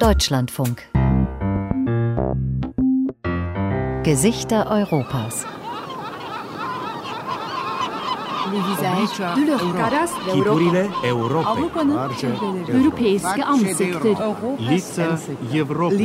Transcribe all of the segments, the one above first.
Deutschlandfunk. Gesichter Europas. Kiburiyle Europy. Europeiske ansikter. Лица Европы.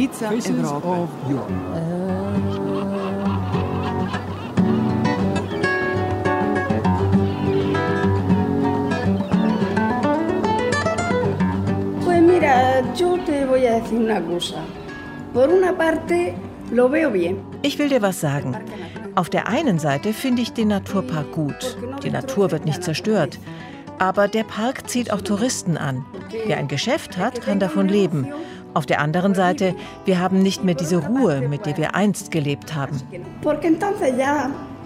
Pues mira, yo te voy a decir una cosa. Por una parte, lo veo bien. Ich will dir was sagen. Auf der einen Seite finde ich den Naturpark gut. Die Natur wird nicht zerstört. Aber der Park zieht auch Touristen an. Wer ein Geschäft hat, kann davon leben. Auf der anderen Seite, wir haben nicht mehr diese Ruhe, mit der wir einst gelebt haben. Porque entonces ya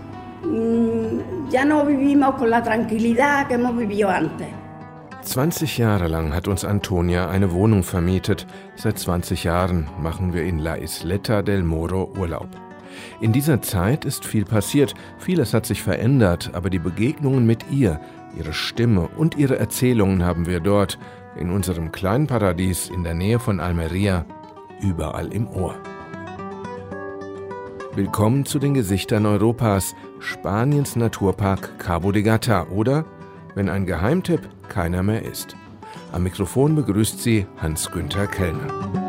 no vivimos con la tranquilidad que hemos vivido antes. 20 Jahre lang hat uns Antonia eine Wohnung vermietet. Seit 20 Jahren machen wir in La Isleta del Moro Urlaub. In dieser Zeit ist viel passiert, vieles hat sich verändert, aber die Begegnungen mit ihr, ihre Stimme und ihre Erzählungen haben wir dort, in unserem kleinen Paradies in der Nähe von Almería, überall im Ohr. Willkommen zu den Gesichtern Europas, Spaniens Naturpark Cabo de Gata oder, wenn ein Geheimtipp keiner mehr ist. Am Mikrofon begrüßt sie Hans-Günther Kellner.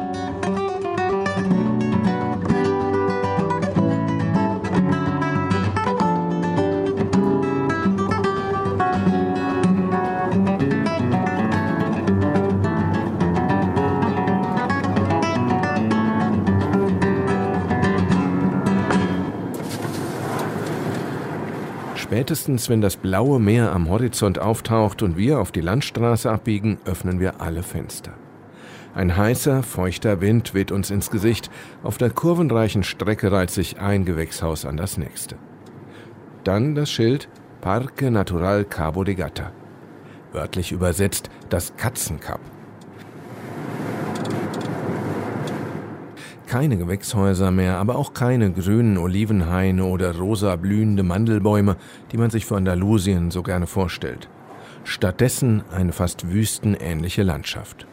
Spätestens, wenn das blaue Meer am Horizont auftaucht und wir auf die Landstraße abbiegen, öffnen wir alle Fenster. Ein heißer, feuchter Wind weht uns ins Gesicht. Auf der kurvenreichen Strecke reiht sich ein Gewächshaus an das nächste. Dann das Schild Parque Natural Cabo de Gata. Wörtlich übersetzt das Katzenkap. Keine Gewächshäuser mehr, aber auch keine grünen Olivenhaine oder rosa blühende Mandelbäume, die man sich für Andalusien so gerne vorstellt. Stattdessen eine fast wüstenähnliche Landschaft.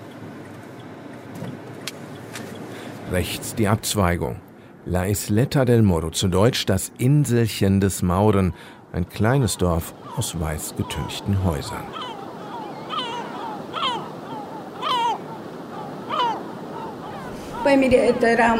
Rechts die Abzweigung. La Isleta del Moro, zu Deutsch das Inselchen des Mauren, ein kleines Dorf aus weiß getünchten Häusern. Pues mire, esto era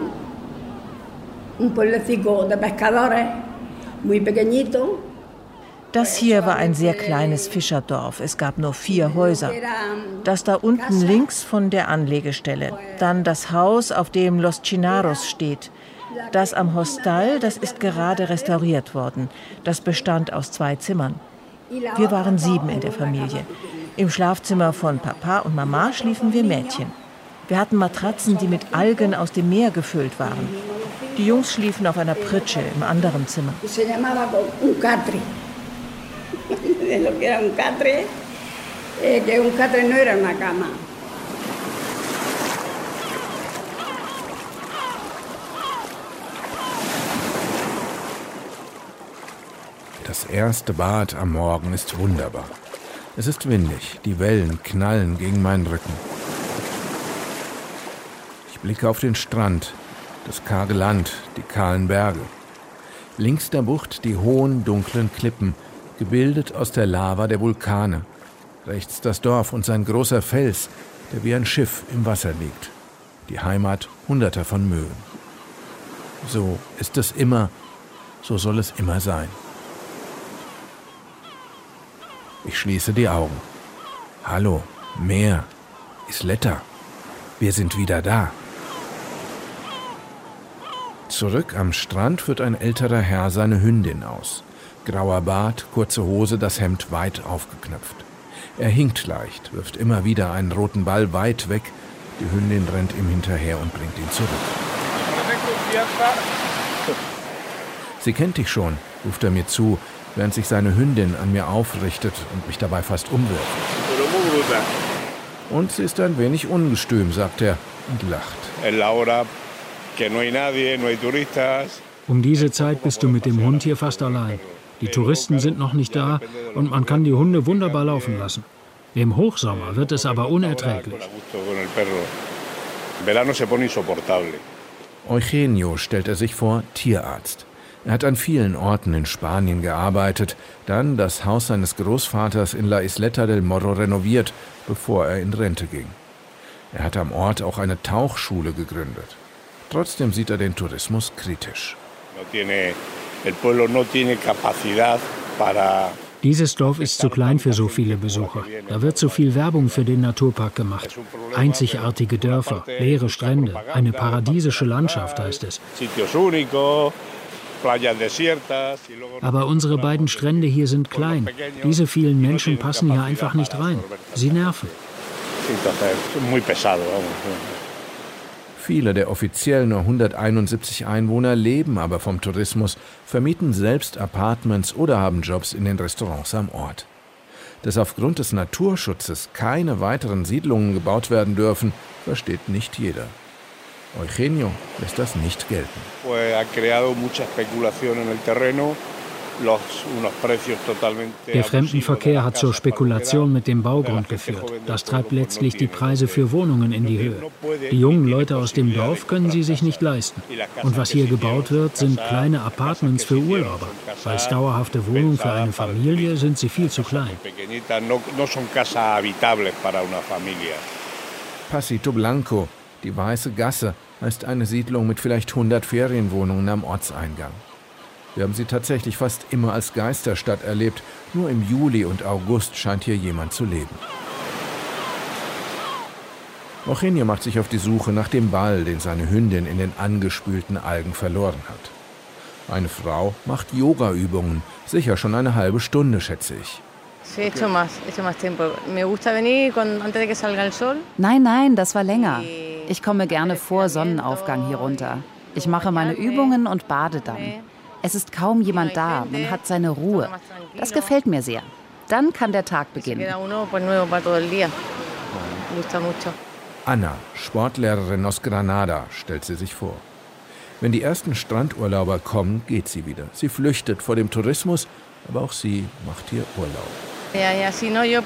un pueblecito de pescadores, muy pequeñito. Das hier war ein sehr kleines Fischerdorf. Es gab nur 4 Häuser. Das da unten links von der Anlegestelle. Dann das Haus, auf dem Los Chinaros steht. Das am Hostal, das ist gerade restauriert worden. Das bestand aus 2 Zimmern. Wir waren 7 in der Familie. Im Schlafzimmer von Papa und Mama schliefen wir Mädchen. Wir hatten Matratzen, die mit Algen aus dem Meer gefüllt waren. Die Jungs schliefen auf einer Pritsche im anderen Zimmer. Das erste Bad am Morgen ist wunderbar. Es ist windig, die Wellen knallen gegen meinen Rücken. Ich blicke auf den Strand, das karge Land, die kahlen Berge. Links der Bucht die hohen, dunklen Klippen, gebildet aus der Lava der Vulkane. Rechts das Dorf und sein großer Fels, der wie ein Schiff im Wasser liegt. Die Heimat Hunderter von Möwen. So ist es immer, so soll es immer sein. Ich schließe die Augen. Hallo, Meer, Isleta, wir sind wieder da. Zurück am Strand führt ein älterer Herr seine Hündin aus. Grauer Bart, kurze Hose, das Hemd weit aufgeknöpft. Er hinkt leicht, wirft immer wieder einen roten Ball weit weg. Die Hündin rennt ihm hinterher und bringt ihn zurück. Sie kennt dich schon, ruft er mir zu, während sich seine Hündin an mir aufrichtet und mich dabei fast umwirft. Und sie ist ein wenig ungestüm, sagt er und lacht. Um diese Zeit bist du mit dem Hund hier fast allein. Die Touristen sind noch nicht da und man kann die Hunde wunderbar laufen lassen. Im Hochsommer wird es aber unerträglich. Eugenio stellt er sich vor, Tierarzt. Er hat an vielen Orten in Spanien gearbeitet, dann das Haus seines Großvaters in La Isleta del Morro renoviert, bevor er in Rente ging. Er hat am Ort auch eine Tauchschule gegründet. Trotzdem sieht er den Tourismus kritisch. Dieses Dorf ist zu klein für so viele Besucher. Da wird zu viel Werbung für den Naturpark gemacht. Einzigartige Dörfer, leere Strände, eine paradiesische Landschaft, heißt es. Aber unsere beiden Strände hier sind klein. Diese vielen Menschen passen hier einfach nicht rein. Sie nerven. Viele der offiziell nur 171 Einwohner leben aber vom Tourismus, vermieten selbst Apartments oder haben Jobs in den Restaurants am Ort. Dass aufgrund des Naturschutzes keine weiteren Siedlungen gebaut werden dürfen, versteht nicht jeder. Eugenio lässt das nicht gelten. Der Fremdenverkehr hat zur Spekulation mit dem Baugrund geführt. Das treibt letztlich die Preise für Wohnungen in die Höhe. Die jungen Leute aus dem Dorf können sie sich nicht leisten. Und was hier gebaut wird, sind kleine Apartments für Urlauber. Als dauerhafte Wohnung für eine Familie sind sie viel zu klein. Pasito Blanco, die Weiße Gasse, heißt eine Siedlung mit vielleicht 100 Ferienwohnungen am Ortseingang. Wir haben sie tatsächlich fast immer als Geisterstadt erlebt. Nur im Juli und August scheint hier jemand zu leben. Eugenio macht sich auf die Suche nach dem Ball, den seine Hündin in den angespülten Algen verloren hat. Eine Frau macht Yoga-Übungen, sicher schon eine halbe Stunde, schätze ich. Nein, das war länger. Ich komme gerne vor Sonnenaufgang hier runter. Ich mache meine Übungen und bade dann. Es ist kaum jemand da, man hat seine Ruhe. Das gefällt mir sehr. Dann kann der Tag beginnen. Anna, Sportlehrerin aus Granada, stellt sie sich vor. Wenn die ersten Strandurlauber kommen, geht sie wieder. Sie flüchtet vor dem Tourismus, aber auch sie macht hier Urlaub.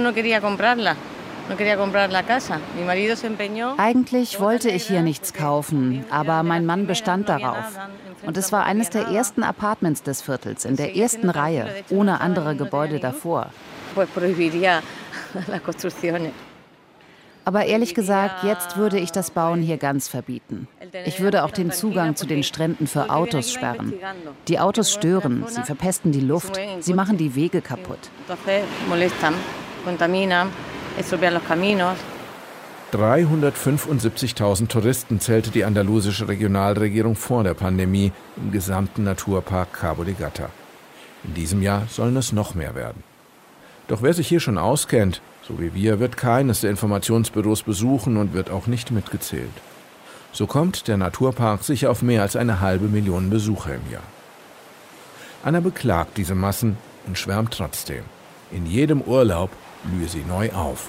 Eigentlich wollte ich hier nichts kaufen, aber mein Mann bestand darauf. Und es war eines der ersten Apartments des Viertels, in der ersten Reihe, ohne andere Gebäude davor. Aber ehrlich gesagt, jetzt würde ich das Bauen hier ganz verbieten. Ich würde auch den Zugang zu den Stränden für Autos sperren. Die Autos stören, sie verpesten die Luft, sie machen die Wege kaputt. 375.000 Touristen zählte die andalusische Regionalregierung vor der Pandemie im gesamten Naturpark Cabo de Gata. In diesem Jahr sollen es noch mehr werden. Doch wer sich hier schon auskennt, so wie wir, wird keines der Informationsbüros besuchen und wird auch nicht mitgezählt. So kommt der Naturpark sicher auf mehr als 500.000 Besucher im Jahr. Anna beklagt diese Massen und schwärmt trotzdem. In jedem Urlaub blühe sie neu auf.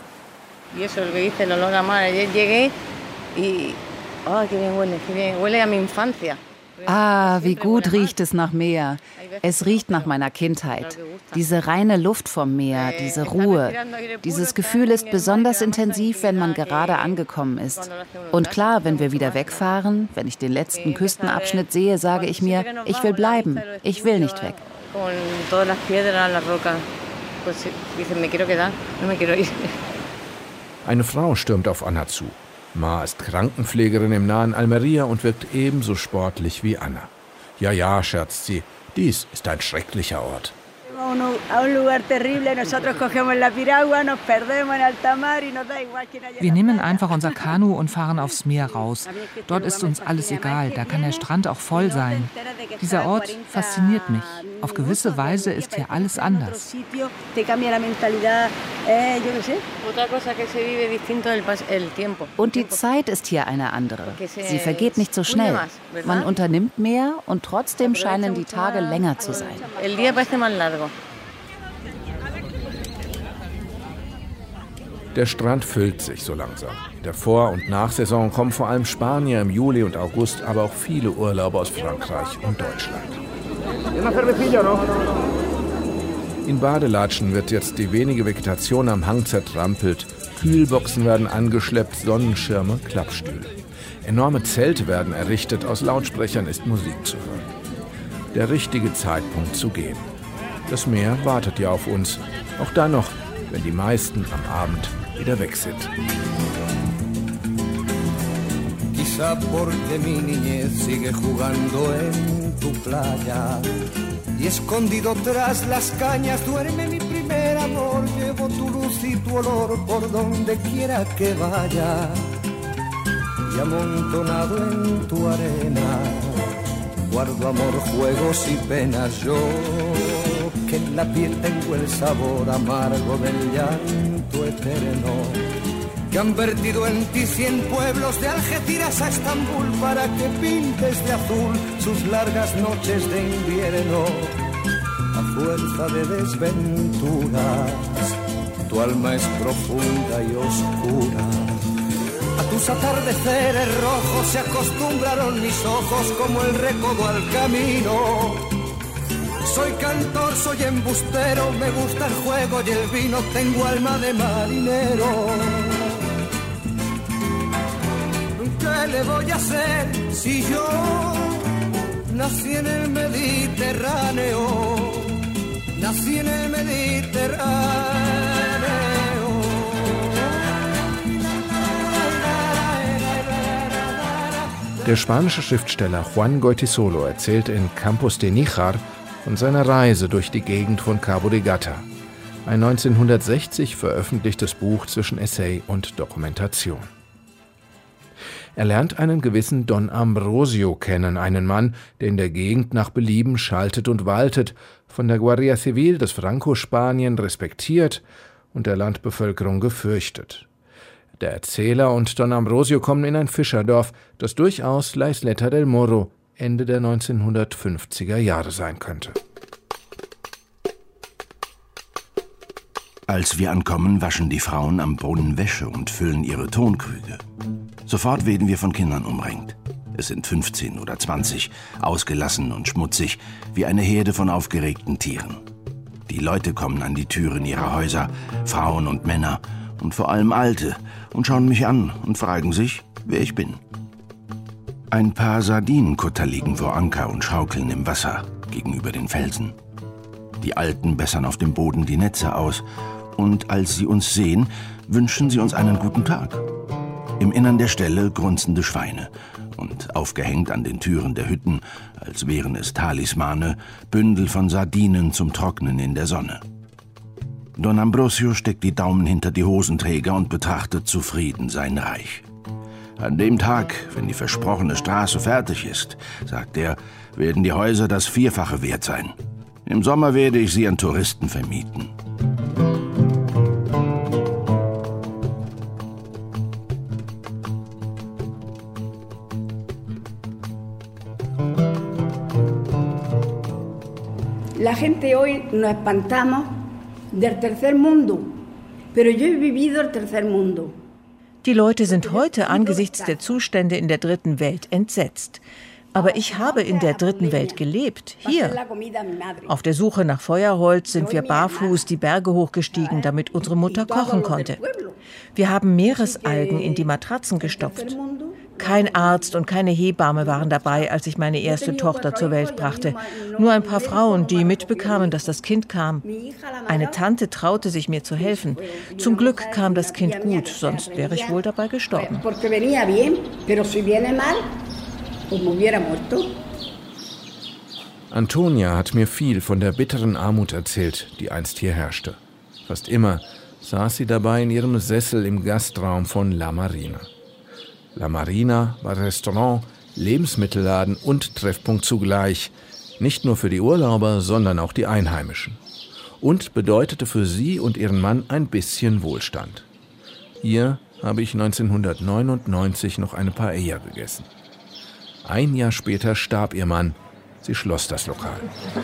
Ah, wie gut riecht es nach Meer. Es riecht nach meiner Kindheit. Diese reine Luft vom Meer, diese Ruhe. Dieses Gefühl ist besonders intensiv, wenn man gerade angekommen ist. Und klar, wenn wir wieder wegfahren, wenn ich den letzten Küstenabschnitt sehe, sage ich mir, ich will bleiben, ich will nicht weg. Eine Frau stürmt auf Anna zu. Ma ist Krankenpflegerin im nahen Almeria und wirkt ebenso sportlich wie Anna. Ja, scherzt sie, dies ist ein schrecklicher Ort. Wir nehmen einfach unser Kanu und fahren aufs Meer raus. Dort ist uns alles egal, da kann der Strand auch voll sein. Dieser Ort fasziniert mich. Auf gewisse Weise ist hier alles anders. Und die Zeit ist hier eine andere. Sie vergeht nicht so schnell. Man unternimmt mehr und trotzdem scheinen die Tage länger zu sein. Der Strand füllt sich so langsam. In der Vor- und Nachsaison kommen vor allem Spanier im Juli und August, aber auch viele Urlauber aus Frankreich und Deutschland. In Badelatschen wird jetzt die wenige Vegetation am Hang zertrampelt, Kühlboxen werden angeschleppt, Sonnenschirme, Klappstühle. Enorme Zelte werden errichtet, aus Lautsprechern ist Musik zu hören. Der richtige Zeitpunkt zu gehen. Das Meer wartet ja auf uns, auch dann noch, wenn die meisten am Abend wieder weg sind. Quizá porque mi niñez sigue jugando en tu playa y escondido tras las cañas duerme mi primer amor. Llevo tu luz y tu olor por donde quiera que vaya y amontonado en tu arena guardo amor, juegos y penas. Yo que en la piel tengo el sabor amargo del llanto eterno que han vertido en ti 100 pueblos de Algeciras a Estambul para que pintes de azul sus largas noches de invierno. A fuerza de desventuras, tu alma es profunda y oscura. A tus atardeceres rojos se acostumbraron mis ojos como el recodo al camino. Soy cantor, soy embustero, me gusta el juego y el vino, tengo alma de marinero. ¿Qué le voy a hacer si yo nací en el Mediterráneo? Nací en el Mediterráneo. Der spanische Schriftsteller Juan Goytisolo erzählt in Campos de Níjar von seiner Reise durch die Gegend von Cabo de Gata. Ein 1960 veröffentlichtes Buch zwischen Essay und Dokumentation. Er lernt einen gewissen Don Ambrosio kennen, einen Mann, der in der Gegend nach Belieben schaltet und waltet, von der Guardia Civil des Franco-Spanien respektiert und der Landbevölkerung gefürchtet. Der Erzähler und Don Ambrosio kommen in ein Fischerdorf, das durchaus La Isleta del Morro Ende der 1950er Jahre sein könnte. Als wir ankommen, waschen die Frauen am Brunnen Wäsche und füllen ihre Tonkrüge. Sofort werden wir von Kindern umringt. Es sind 15 oder 20, ausgelassen und schmutzig, wie eine Herde von aufgeregten Tieren. Die Leute kommen an die Türen ihrer Häuser, Frauen und Männer und vor allem Alte, und schauen mich an und fragen sich, wer ich bin. Ein paar Sardinenkutter liegen vor Anker und schaukeln im Wasser gegenüber den Felsen. Die Alten bessern auf dem Boden die Netze aus, und als sie uns sehen, wünschen sie uns einen guten Tag. Im Innern der Ställe grunzende Schweine und aufgehängt an den Türen der Hütten, als wären es Talismane, Bündel von Sardinen zum Trocknen in der Sonne. Don Ambrosio steckt die Daumen hinter die Hosenträger und betrachtet zufrieden sein Reich. An dem Tag, wenn die versprochene Straße fertig ist, sagt er, werden die Häuser das Vierfache wert sein. Im Sommer werde ich sie an Touristen vermieten. La gente hoy nos espantamos del tercer mundo, pero yo he vivido el tercer mundo. Die Leute sind heute angesichts der Zustände in der dritten Welt entsetzt. Aber ich habe in der dritten Welt gelebt, hier. Auf der Suche nach Feuerholz sind wir barfuß die Berge hochgestiegen, damit unsere Mutter kochen konnte. Wir haben Meeresalgen in die Matratzen gestopft. Kein Arzt und keine Hebamme waren dabei, als ich meine erste Tochter zur Welt brachte. Nur ein paar Frauen, die mitbekamen, dass das Kind kam. Eine Tante traute sich, mir zu helfen. Zum Glück kam das Kind gut, sonst wäre ich wohl dabei gestorben. Antonia hat mir viel von der bitteren Armut erzählt, die einst hier herrschte. Fast immer saß sie dabei in ihrem Sessel im Gastraum von La Marina. La Marina war Restaurant, Lebensmittelladen und Treffpunkt zugleich, nicht nur für die Urlauber, sondern auch die Einheimischen. Und bedeutete für sie und ihren Mann ein bisschen Wohlstand. Hier habe ich 1999 noch eine Paella gegessen. Ein Jahr später starb ihr Mann. Sie schloss das Lokal.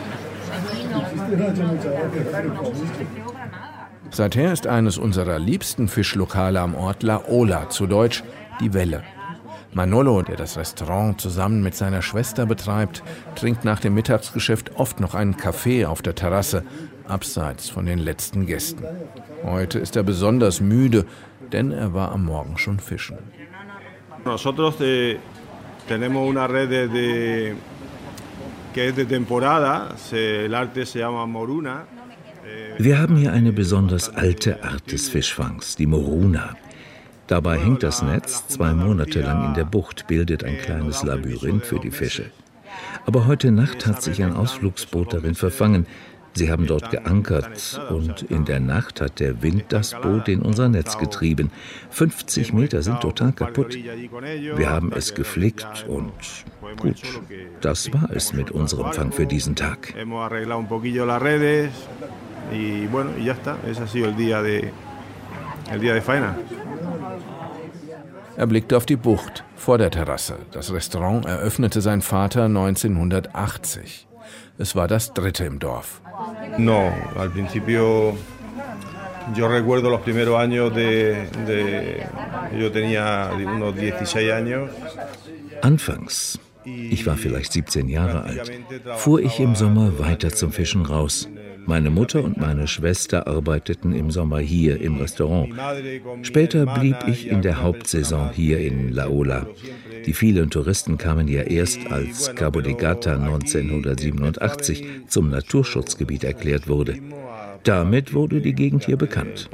Seither ist eines unserer liebsten Fischlokale am Ort La Ola, zu Deutsch die Welle. Manolo, der das Restaurant zusammen mit seiner Schwester betreibt, trinkt nach dem Mittagsgeschäft oft noch einen Kaffee auf der Terrasse, abseits von den letzten Gästen. Heute ist er besonders müde, denn er war am Morgen schon fischen. Nosotros tenemos una red que es de temporada, el arte se llama moruna. Wir haben hier eine besonders alte Art des Fischfangs, die Moruna. Dabei hängt das Netz 2 Monate lang in der Bucht, bildet ein kleines Labyrinth für die Fische. Aber heute Nacht hat sich ein Ausflugsboot darin verfangen. Sie haben dort geankert und in der Nacht hat der Wind das Boot in unser Netz getrieben. 50 Meter sind total kaputt. Wir haben es geflickt und gut, das war es mit unserem Fang für diesen Tag. Er blickte auf die Bucht vor der Terrasse. Das Restaurant eröffnete sein Vater 1980. Es war das 3. im Dorf. No, al principio yo recuerdo los primeros años yo tenía unos 16 años. Anfangs, ich war vielleicht 17 Jahre alt, fuhr ich im Sommer weiter zum Fischen raus. Meine Mutter und meine Schwester arbeiteten im Sommer hier im Restaurant. Später blieb ich in der Hauptsaison hier in La Ola. Die vielen Touristen kamen ja erst, als Cabo de Gata 1987 zum Naturschutzgebiet erklärt wurde. Damit wurde die Gegend hier bekannt.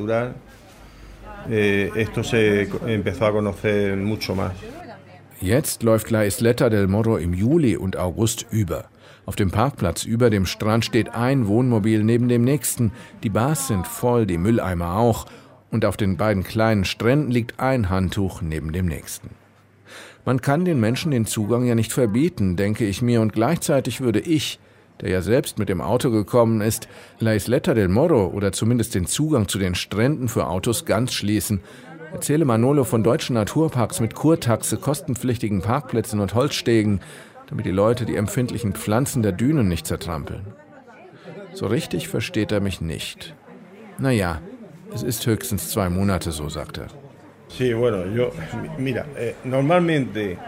Jetzt läuft La Isleta del Morro im Juli und August über. Auf dem Parkplatz über dem Strand steht ein Wohnmobil neben dem nächsten. Die Bars sind voll, die Mülleimer auch. Und auf den beiden kleinen Stränden liegt ein Handtuch neben dem nächsten. Man kann den Menschen den Zugang ja nicht verbieten, denke ich mir. Und gleichzeitig würde ich, der ja selbst mit dem Auto gekommen ist, La Isleta del Morro oder zumindest den Zugang zu den Stränden für Autos ganz schließen. Erzähle Manolo von deutschen Naturparks mit Kurtaxe, kostenpflichtigen Parkplätzen und Holzstegen, damit die Leute die empfindlichen Pflanzen der Dünen nicht zertrampeln. So richtig versteht er mich nicht. Naja, es ist höchstens 2 Monate so, sagt er. Sí, bueno, mira, normalmente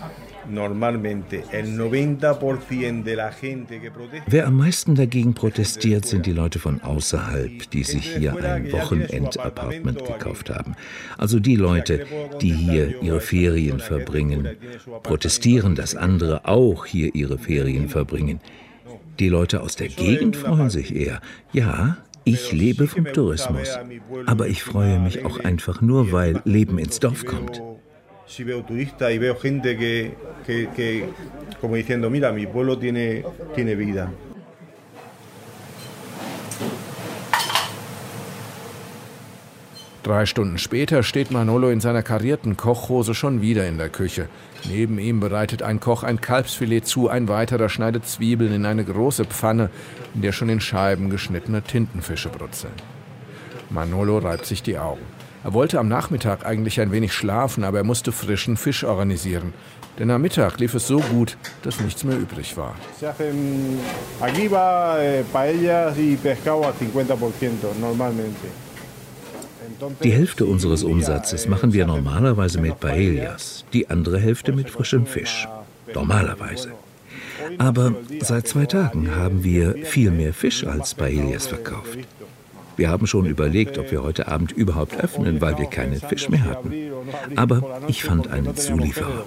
el 90% de la gente que protesta. Wer am meisten dagegen protestiert, sind die Leute von außerhalb, die sich hier ein Wochenend-Appartement gekauft haben. Also die Leute, die hier ihre Ferien verbringen, protestieren, dass andere auch hier ihre Ferien verbringen. Die Leute aus der Gegend freuen sich eher. Ja, ich lebe vom Tourismus, aber ich freue mich auch einfach nur, weil Leben ins Dorf kommt. Si veo turistas y veo gente que como diciendo, mira, mi pueblo tiene vida. Drei Stunden später steht Manolo in seiner karierten Kochhose schon wieder in der Küche. Neben ihm bereitet ein Koch ein Kalbsfilet zu, ein weiterer schneidet Zwiebeln in eine große Pfanne, in der schon in Scheiben geschnittene Tintenfische brutzeln. Manolo reibt sich die Augen. Er wollte am Nachmittag eigentlich ein wenig schlafen, aber er musste frischen Fisch organisieren. Denn am Mittag lief es so gut, dass nichts mehr übrig war. Aquí va paellas y pescado al 50% normalmente. Die Hälfte unseres Umsatzes machen wir normalerweise mit Paellas, die andere Hälfte mit frischem Fisch. Normalerweise. Aber seit 2 Tagen haben wir viel mehr Fisch als Paellas verkauft. Wir haben schon überlegt, ob wir heute Abend überhaupt öffnen, weil wir keinen Fisch mehr hatten. Aber ich fand einen Zulieferer.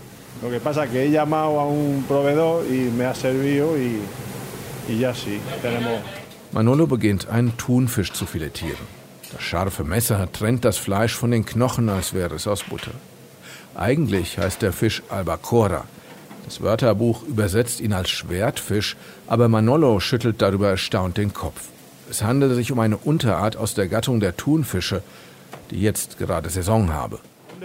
Manolo beginnt, einen Thunfisch zu filetieren. Das scharfe Messer trennt das Fleisch von den Knochen, als wäre es aus Butter. Eigentlich heißt der Fisch Albacora. Das Wörterbuch übersetzt ihn als Schwertfisch, aber Manolo schüttelt darüber erstaunt den Kopf. Es handelt sich um eine Unterart aus der Gattung der Thunfische, die jetzt gerade Saison habe.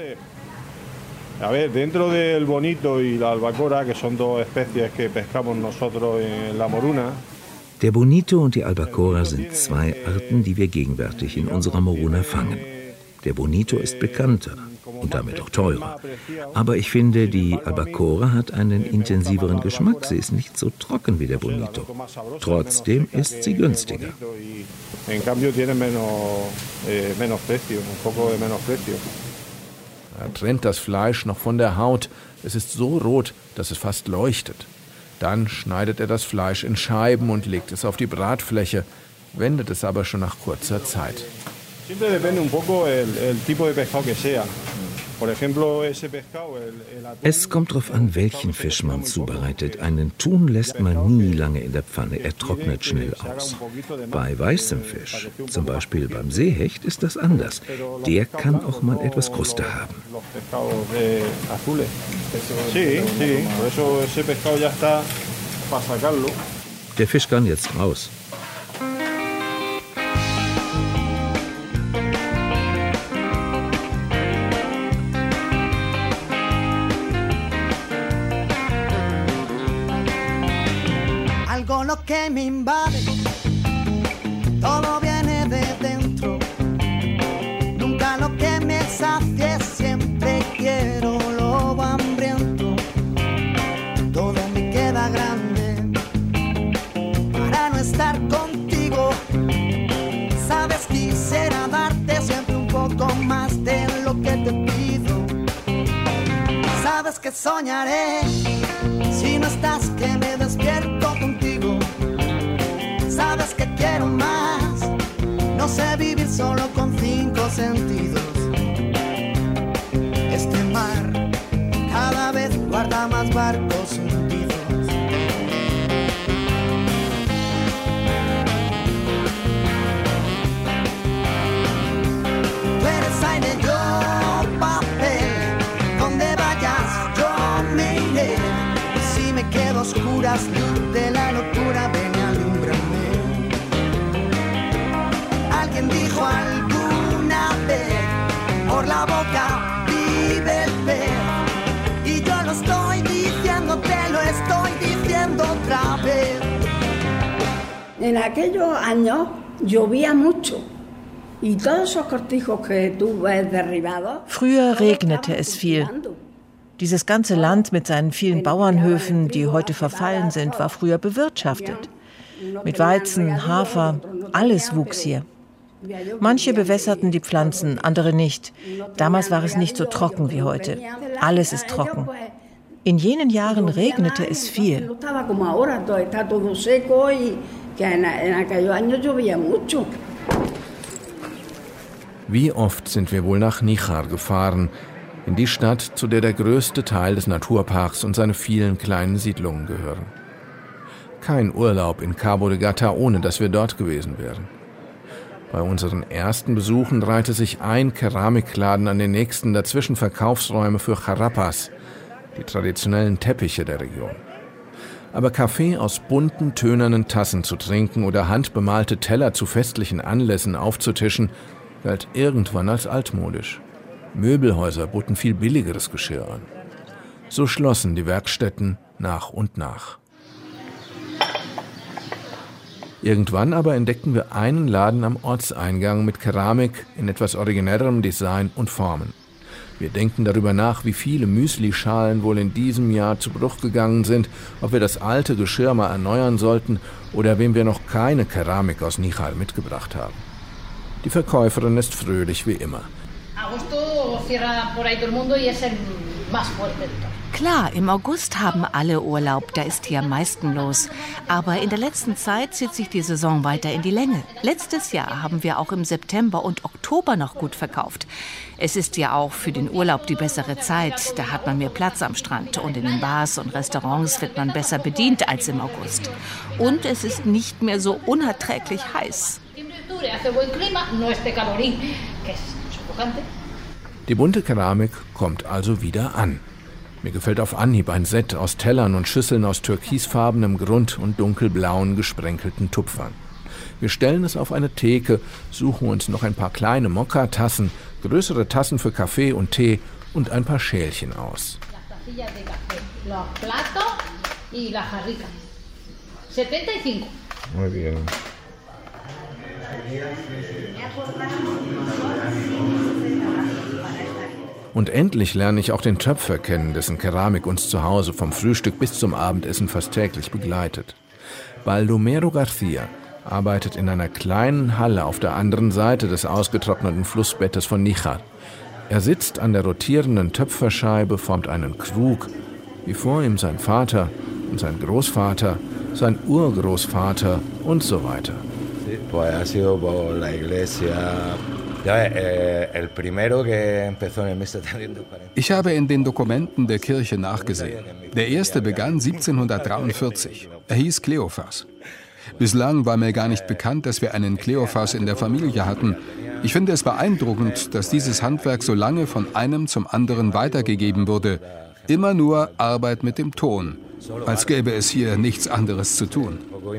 A ver, dentro del bonito y la albacora, que son 2 especies que pescamos nosotros en la Moruna. Der Bonito und die Albacora sind 2 Arten, die wir gegenwärtig in unserer Moruna fangen. Der Bonito ist bekannter und damit auch teurer. Aber ich finde, die Albacora hat einen intensiveren Geschmack. Sie ist nicht so trocken wie der Bonito. Trotzdem ist sie günstiger. Er trennt das Fleisch noch von der Haut. Es ist so rot, dass es fast leuchtet. Dann schneidet er das Fleisch in Scheiben und legt es auf die Bratfläche, wendet es aber schon nach kurzer Zeit. Siempre depende un poco el tipo de pescado que sea. Es kommt darauf an, welchen Fisch man zubereitet. Einen Thun lässt man nie lange in der Pfanne, er trocknet schnell aus. Bei weißem Fisch, zum Beispiel beim Seehecht, ist das anders. Der kann auch mal etwas Kruste haben. Der Fisch kann jetzt raus. Que me invade, todo viene de dentro, nunca lo que me sacie, siempre quiero lo hambriento, todo me queda grande para no estar contigo, sabes quisiera darte siempre un poco más de lo que te pido, sabes que soñaré si no estás que me despierto contigo. Sabes que quiero más, no sé vivir solo con 5 sentidos. Este mar cada vez guarda más barcos hundidos. Tú eres aire, yo papel, donde vayas yo me iré. Si me quedo a oscuras, luz de la locura, ven y alúmbrame. Alguien dijo alguna vez, por la boca vive el pez. Y yo lo estoy diciendo, te lo estoy diciendo otra vez. En aquellos años llovía mucho. Y todos esos cortijos que tú ves derribados. Früher regnete es viel. Dieses ganze Land mit seinen vielen Bauernhöfen, die heute verfallen sind, war früher bewirtschaftet. Mit Weizen, Hafer, alles wuchs hier. Manche bewässerten die Pflanzen, andere nicht. Damals war es nicht so trocken wie heute. Alles ist trocken. In jenen Jahren regnete es viel. Wie oft sind wir wohl nach Níjar gefahren, in die Stadt, zu der der größte Teil des Naturparks und seine vielen kleinen Siedlungen gehören. Kein Urlaub in Cabo de Gata, ohne dass wir dort gewesen wären. Bei unseren ersten Besuchen reihte sich ein Keramikladen an den nächsten, dazwischen Verkaufsräume für Charapas, die traditionellen Teppiche der Region. Aber Kaffee aus bunten, tönernen Tassen zu trinken oder handbemalte Teller zu festlichen Anlässen aufzutischen, galt irgendwann als altmodisch. Möbelhäuser boten viel billigeres Geschirr an. So schlossen die Werkstätten nach und nach. Irgendwann aber entdeckten wir einen Laden am Ortseingang mit Keramik in etwas originellem Design und Formen. Wir denken darüber nach, wie viele Müslischalen wohl in diesem Jahr zu Bruch gegangen sind, ob wir das alte Geschirr mal erneuern sollten oder wem wir noch keine Keramik aus Níjar mitgebracht haben. Die Verkäuferin ist fröhlich wie immer. Klar, im August haben alle Urlaub, da ist hier am meisten los. Aber in der letzten Zeit zieht sich die Saison weiter in die Länge. Letztes Jahr haben wir auch im September und Oktober noch gut verkauft. Es ist ja auch für den Urlaub die bessere Zeit. Da hat man mehr Platz am Strand und in den Bars und Restaurants wird man besser bedient als im August. Und es ist nicht mehr so unerträglich heiß. Die bunte Keramik kommt also wieder an. Mir gefällt auf Anhieb ein Set aus Tellern und Schüsseln aus türkisfarbenem Grund und dunkelblauen gesprenkelten Tupfern. Wir stellen es auf eine Theke, suchen uns noch ein paar kleine Mokka-Tassen, größere Tassen für Kaffee und Tee und ein paar Schälchen aus. Muy bien. Und endlich lerne ich auch den Töpfer kennen, dessen Keramik uns zu Hause vom Frühstück bis zum Abendessen fast täglich begleitet. Baldomero García arbeitet in einer kleinen Halle auf der anderen Seite des ausgetrockneten Flussbettes von Níjar. Er sitzt an der rotierenden Töpferscheibe, formt einen Krug, wie vor ihm sein Vater und sein Großvater, sein Urgroßvater und so weiter. Ich habe in den Dokumenten der Kirche nachgesehen. Der erste begann 1743. Er hieß Kleophas. Bislang war mir gar nicht bekannt, dass wir einen Kleophas in der Familie hatten. Ich finde es beeindruckend, dass dieses Handwerk so lange von einem zum anderen weitergegeben wurde. Immer nur Arbeit mit dem Ton, als gäbe es hier nichts anderes zu tun.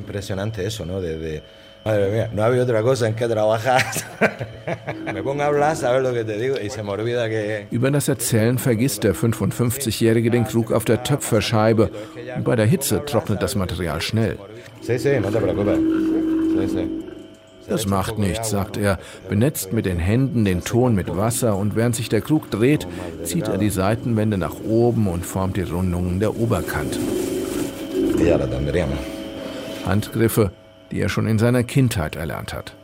Über das Erzählen vergisst der 55-Jährige den Krug auf der Töpferscheibe und bei der Hitze trocknet das Material schnell. Das macht nichts, sagt er, benetzt mit den Händen den Ton mit Wasser und während sich der Krug dreht, zieht er die Seitenwände nach oben und formt die Rundungen der Oberkante. Handgriffe, die er schon in seiner Kindheit erlernt hat.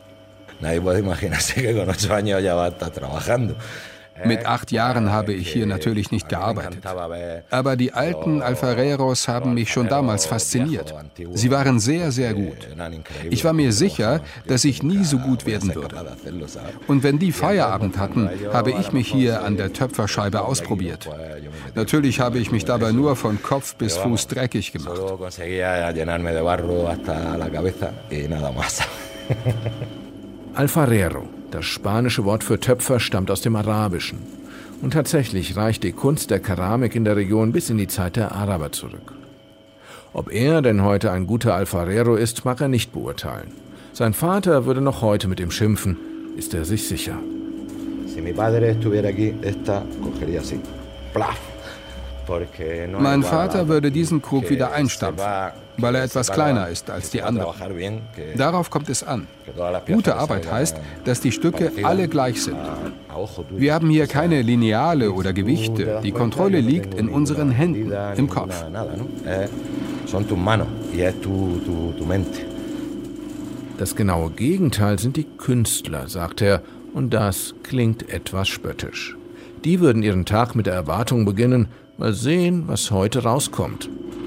Mit 8 Jahren habe ich hier natürlich nicht gearbeitet. Aber die alten Alfareros haben mich schon damals fasziniert. Sie waren sehr, sehr gut. Ich war mir sicher, dass ich nie so gut werden würde. Und wenn die Feierabend hatten, habe ich mich hier an der Töpferscheibe ausprobiert. Natürlich habe ich mich dabei nur von Kopf bis Fuß dreckig gemacht. Alfarero, das spanische Wort für Töpfer, stammt aus dem Arabischen. Und tatsächlich reicht die Kunst der Keramik in der Region bis in die Zeit der Araber zurück. Ob er denn heute ein guter Alfarero ist, mag er nicht beurteilen. Sein Vater würde noch heute mit ihm schimpfen, ist er sich sicher. Mein Vater würde diesen Krug wieder einstampfen, weil er etwas kleiner ist als die anderen. Darauf kommt es an. Gute Arbeit heißt, dass die Stücke alle gleich sind. Wir haben hier keine Lineale oder Gewichte. Die Kontrolle liegt in unseren Händen, im Kopf. Das genaue Gegenteil sind die Künstler, sagt er, und das klingt etwas spöttisch. Die würden ihren Tag mit der Erwartung beginnen, mal sehen, was heute rauskommt.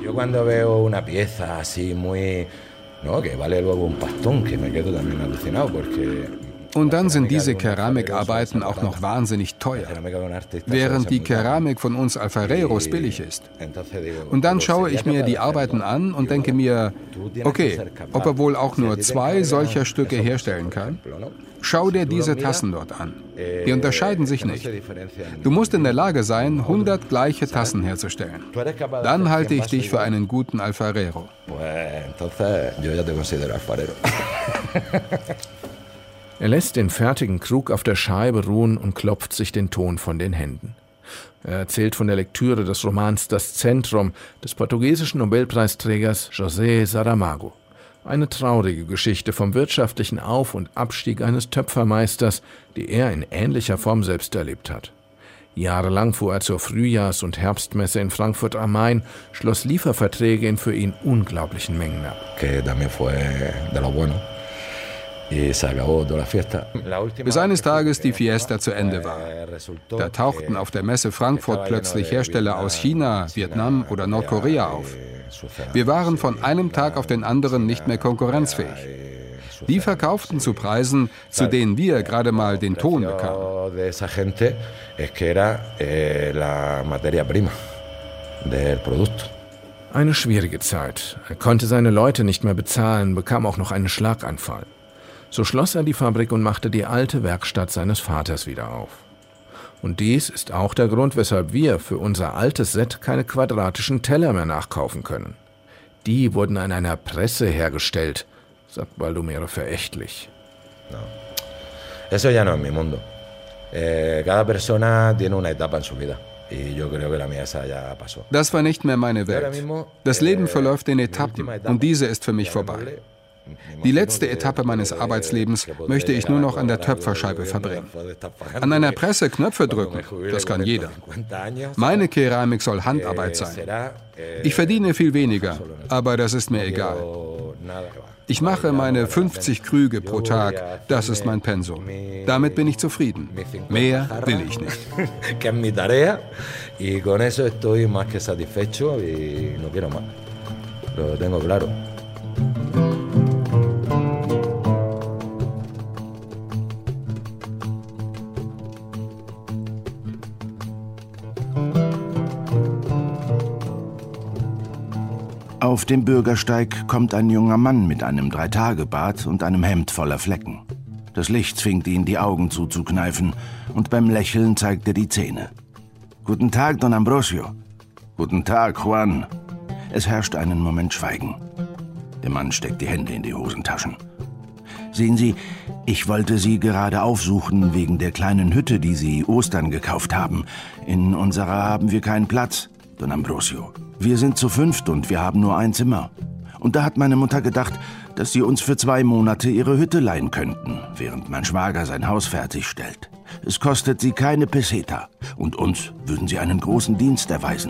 Und dann sind diese Keramikarbeiten auch noch wahnsinnig teuer, während die Keramik von uns Alfareros billig ist. Und dann schaue ich mir die Arbeiten an und denke mir, okay, ob er wohl auch nur 2 solcher Stücke herstellen kann? Schau dir diese Tassen dort an. Die unterscheiden sich nicht. Du musst in der Lage sein, 100 gleiche Tassen herzustellen. Dann halte ich dich für einen guten Alfarero. Er lässt den fertigen Krug auf der Scheibe ruhen und klopft sich den Ton von den Händen. Er erzählt von der Lektüre des Romans Das Zentrum des portugiesischen Nobelpreisträgers José Saramago. Eine traurige Geschichte vom wirtschaftlichen Auf- und Abstieg eines Töpfermeisters, die er in ähnlicher Form selbst erlebt hat. Jahrelang fuhr er zur Frühjahrs- und Herbstmesse in Frankfurt am Main, schloss Lieferverträge in für ihn unglaublichen Mengen ab. Bis eines Tages die Fiesta zu Ende war. Da tauchten auf der Messe Frankfurt plötzlich Hersteller aus China, Vietnam oder Nordkorea auf. Wir waren von einem Tag auf den anderen nicht mehr konkurrenzfähig. Die verkauften zu Preisen, zu denen wir gerade mal den Ton bekamen. Eine schwierige Zeit. Er konnte seine Leute nicht mehr bezahlen, bekam auch noch einen Schlaganfall. So schloss er die Fabrik und machte die alte Werkstatt seines Vaters wieder auf. Und dies ist auch der Grund, weshalb wir für unser altes Set keine quadratischen Teller mehr nachkaufen können. Die wurden an einer Presse hergestellt, sagt Baldomero verächtlich. No. Eso ya no es mi mundo. Cada persona tiene una etapa en su vida. Das war nicht mehr meine Welt. Das Leben verläuft in Etappen und diese ist für mich vorbei. Die letzte Etappe meines Arbeitslebens möchte ich nur noch an der Töpferscheibe verbringen. An einer Presse Knöpfe drücken, das kann jeder. Meine Keramik soll Handarbeit sein. Ich verdiene viel weniger, aber das ist mir egal. Ich mache meine 50 Krüge pro Tag, das ist mein Pensum. Damit bin ich zufrieden. Mehr will ich nicht. Auf dem Bürgersteig kommt ein junger Mann mit einem 3-Tage-Bart und einem Hemd voller Flecken. Das Licht zwingt ihn, die Augen zuzukneifen, und beim Lächeln zeigt er die Zähne. »Guten Tag, Don Ambrosio.« »Guten Tag, Juan.« Es herrscht einen Moment Schweigen. Der Mann steckt die Hände in die Hosentaschen. »Sehen Sie, ich wollte Sie gerade aufsuchen wegen der kleinen Hütte, die Sie Ostern gekauft haben. In unserer haben wir keinen Platz, Don Ambrosio. Wir sind zu 5 und wir haben nur ein Zimmer. Und da hat meine Mutter gedacht, dass Sie uns für 2 Monate Ihre Hütte leihen könnten, während mein Schwager sein Haus fertigstellt. Es kostet Sie keine Peseta und uns würden Sie einen großen Dienst erweisen.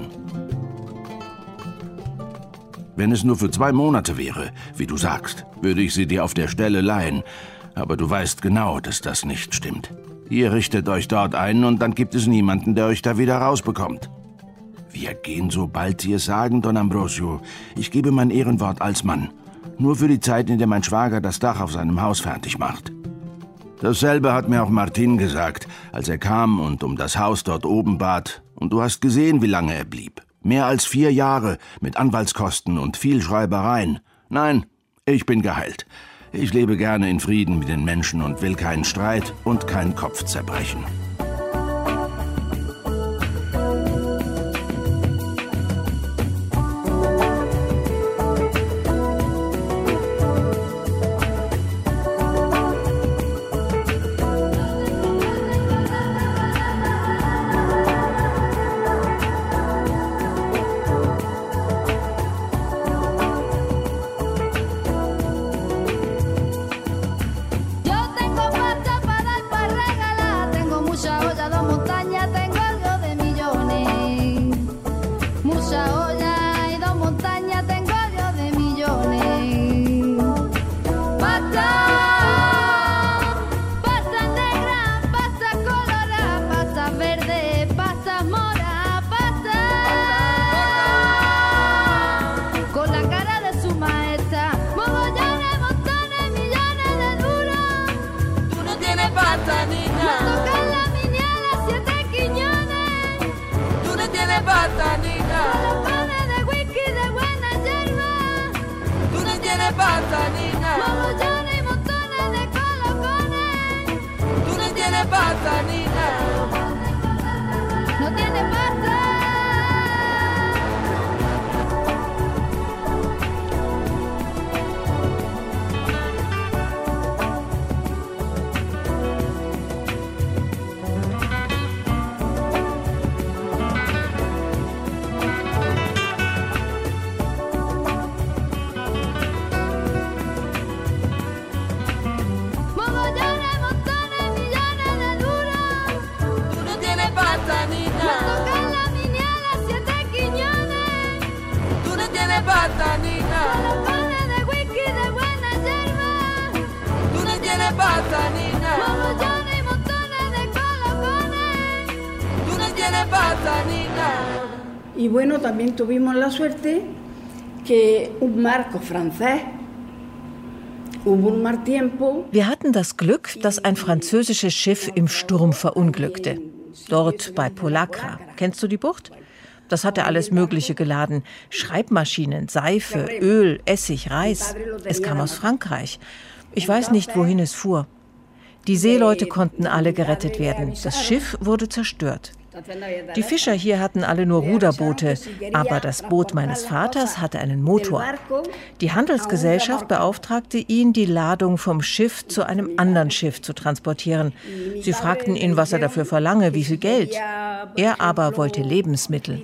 Wenn es nur für 2 Monate wäre, wie du sagst, würde ich sie dir auf der Stelle leihen. Aber du weißt genau, dass das nicht stimmt. Ihr richtet euch dort ein und dann gibt es niemanden, der euch da wieder rausbekommt. Wir gehen, sobald Sie es sagen, Don Ambrosio. Ich gebe mein Ehrenwort als Mann. Nur für die Zeit, in der mein Schwager das Dach auf seinem Haus fertig macht. Dasselbe hat mir auch Martin gesagt, als er kam und um das Haus dort oben bat. Und du hast gesehen, wie lange er blieb. Mehr als 4 Jahre mit Anwaltskosten und viel Schreibereien. Nein, ich bin geheilt. Ich lebe gerne in Frieden mit den Menschen und will keinen Streit und kein Kopfzerbrechen. Y bueno, también tuvimos la suerte que un barco francés. Wir hatten das Glück, dass ein französisches Schiff im Sturm verunglückte. Dort bei Polacra. Kennst du die Bucht? Das hatte alles Mögliche geladen. Schreibmaschinen, Seife, Öl, Essig, Reis. Es kam aus Frankreich. Ich weiß nicht, wohin es fuhr. Die Seeleute konnten alle gerettet werden. Das Schiff wurde zerstört. Die Fischer hier hatten alle nur Ruderboote, aber das Boot meines Vaters hatte einen Motor. Die Handelsgesellschaft beauftragte ihn, die Ladung vom Schiff zu einem anderen Schiff zu transportieren. Sie fragten ihn, was er dafür verlange, wie viel Geld. Er aber wollte Lebensmittel.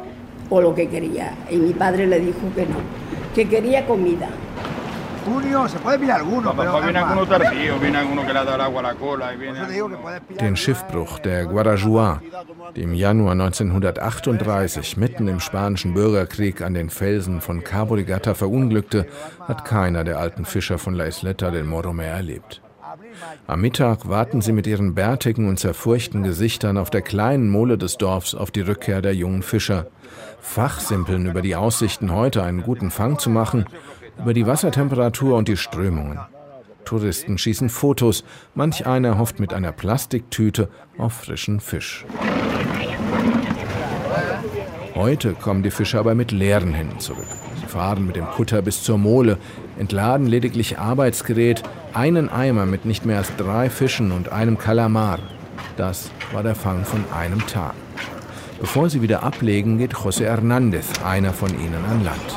Den Schiffbruch der Guarajuá, die im Januar 1938 mitten im spanischen Bürgerkrieg an den Felsen von Cabo de Gata verunglückte, hat keiner der alten Fischer von La Isleta del Morro mehr erlebt. Am Mittag warten sie mit ihren bärtigen und zerfurchten Gesichtern auf der kleinen Mole des Dorfs auf die Rückkehr der jungen Fischer, fachsimpeln über die Aussichten, heute einen guten Fang zu machen, über die Wassertemperatur und die Strömungen. Touristen schießen Fotos, manch einer hofft mit einer Plastiktüte auf frischen Fisch. Heute kommen die Fischer aber mit leeren Händen zurück. Sie fahren mit dem Kutter bis zur Mole, entladen lediglich Arbeitsgerät, einen Eimer mit nicht mehr als 3 Fischen und einem Kalamar. Das war der Fang von einem Tag. Bevor sie wieder ablegen, geht José Hernández, einer von ihnen, an Land.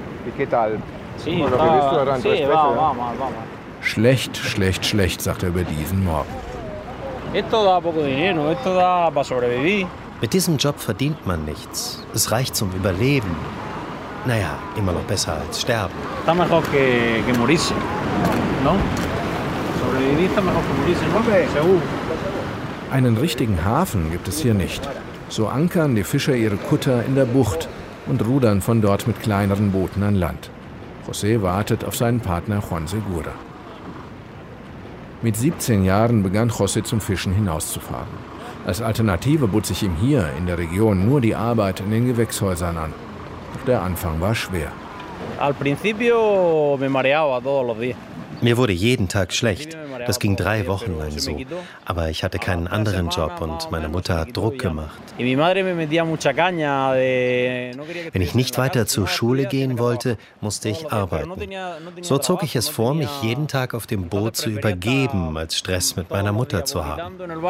Schlecht, schlecht, schlecht, sagt er über diesen Morgen. Mit diesem Job verdient man nichts. Es reicht zum Überleben. Naja, immer noch besser als sterben. Einen richtigen Hafen gibt es hier nicht. So ankern die Fischer ihre Kutter in der Bucht und rudern von dort mit kleineren Booten an Land. José wartet auf seinen Partner Juan Segura. Mit 17 Jahren begann José zum Fischen hinauszufahren. Als Alternative bot sich ihm hier in der Region nur die Arbeit in den Gewächshäusern an. Doch der Anfang war schwer. Mir wurde jeden Tag schlecht. Das ging 3 Wochen lang so. Aber ich hatte keinen anderen Job und meine Mutter hat Druck gemacht. Wenn ich nicht weiter zur Schule gehen wollte, musste ich arbeiten. So zog ich es vor, mich jeden Tag auf dem Boot zu übergeben, als Stress mit meiner Mutter zu haben.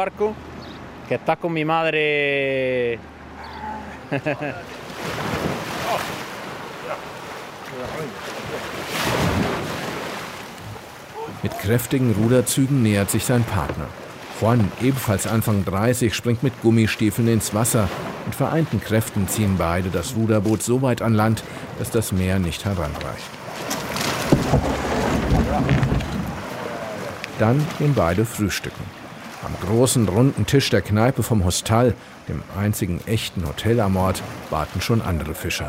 Mit kräftigen Ruderzügen nähert sich sein Partner. Juan, ebenfalls Anfang 30, springt mit Gummistiefeln ins Wasser. Mit vereinten Kräften ziehen beide das Ruderboot so weit an Land, dass das Meer nicht heranreicht. Dann gehen beide frühstücken. Am großen, runden Tisch der Kneipe vom Hostal, dem einzigen echten Hotel am Ort, warten schon andere Fischer.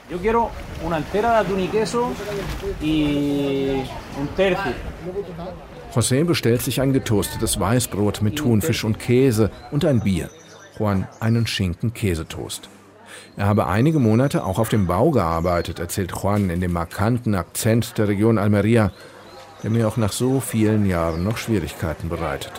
José bestellt sich ein getoastetes Weißbrot mit Thunfisch und Käse und ein Bier. Juan einen Schinken-Käsetoast. Er habe einige Monate auch auf dem Bau gearbeitet, erzählt Juan in dem markanten Akzent der Region Almería, der mir auch nach so vielen Jahren noch Schwierigkeiten bereitet.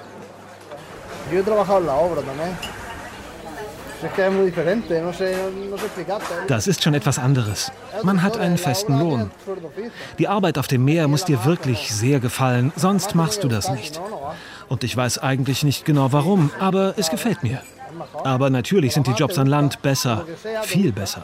Das ist schon etwas anderes. Man hat einen festen Lohn. Die Arbeit auf dem Meer muss dir wirklich sehr gefallen, sonst machst du das nicht. Und ich weiß eigentlich nicht genau warum, aber es gefällt mir. Aber natürlich sind die Jobs an Land besser, viel besser.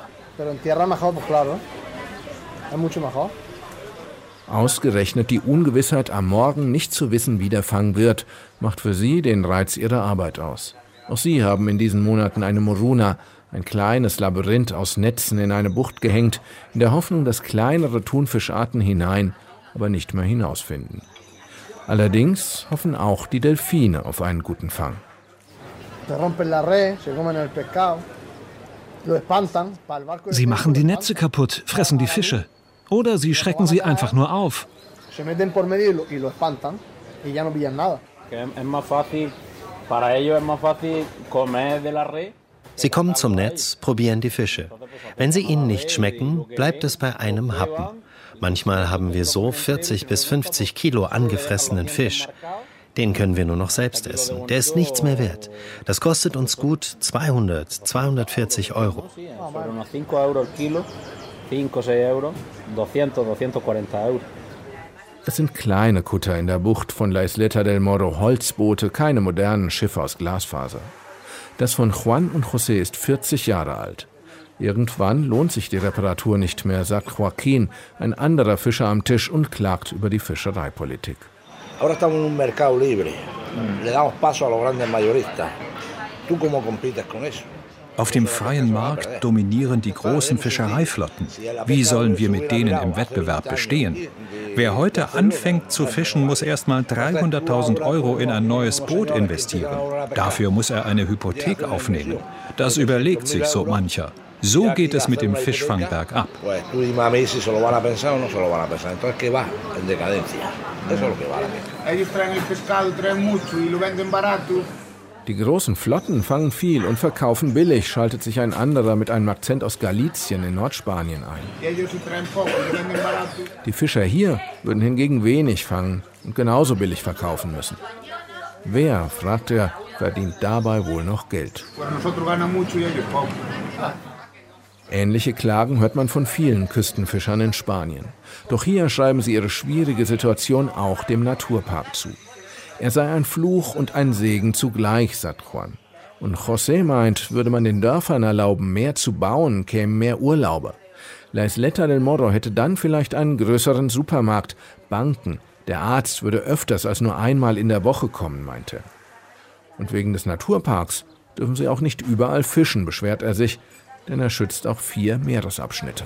Ausgerechnet die Ungewissheit am Morgen, nicht zu wissen, wie der Fang wird, macht für sie den Reiz ihrer Arbeit aus. Auch sie haben in diesen Monaten eine Moruna, ein kleines Labyrinth aus Netzen in eine Bucht gehängt, in der Hoffnung, dass kleinere Thunfischarten hinein, aber nicht mehr hinausfinden. Allerdings hoffen auch die Delfine auf einen guten Fang. Sie machen die Netze kaputt, fressen die Fische. Oder sie schrecken sie einfach nur auf. Sie kommen zum Netz, probieren die Fische. Wenn sie ihnen nicht schmecken, bleibt es bei einem Happen. Manchmal haben wir so 40 bis 50 Kilo angefressenen Fisch. Den können wir nur noch selbst essen. Der ist nichts mehr wert. Das kostet uns gut 200, 240 Euro. Es sind kleine Kutter in der Bucht von La Isleta del Morro, Holzboote, keine modernen Schiffe aus Glasfaser. Das von Juan und José ist 40 Jahre alt. Irgendwann lohnt sich die Reparatur nicht mehr, sagt Joaquín, ein anderer Fischer am Tisch, und klagt über die Fischereipolitik. Ahora estamos en un mercado libre. Le damos paso a los grandes mayoristas. ¿Tú cómo compites con eso? Auf dem freien Markt dominieren die großen Fischereiflotten. Wie sollen wir mit denen im Wettbewerb bestehen? Wer heute anfängt zu fischen, muss erst mal 300.000 Euro in ein neues Boot investieren. Dafür muss er eine Hypothek aufnehmen. Das überlegt sich so mancher. So geht es mit dem Fischfang bergab. Die großen Flotten fangen viel und verkaufen billig, schaltet sich ein anderer mit einem Akzent aus Galicien in Nordspanien ein. Die Fischer hier würden hingegen wenig fangen und genauso billig verkaufen müssen. Wer, fragt er, verdient dabei wohl noch Geld? Ähnliche Klagen hört man von vielen Küstenfischern in Spanien. Doch hier schreiben sie ihre schwierige Situation auch dem Naturpark zu. Er sei ein Fluch und ein Segen zugleich, sagt Juan. Und José meint, würde man den Dörfern erlauben, mehr zu bauen, kämen mehr Urlauber. La Isleta del Morro hätte dann vielleicht einen größeren Supermarkt, Banken. Der Arzt würde öfters als nur einmal in der Woche kommen, meint er. Und wegen des Naturparks dürfen sie auch nicht überall fischen, beschwert er sich, denn er schützt auch 4 Meeresabschnitte.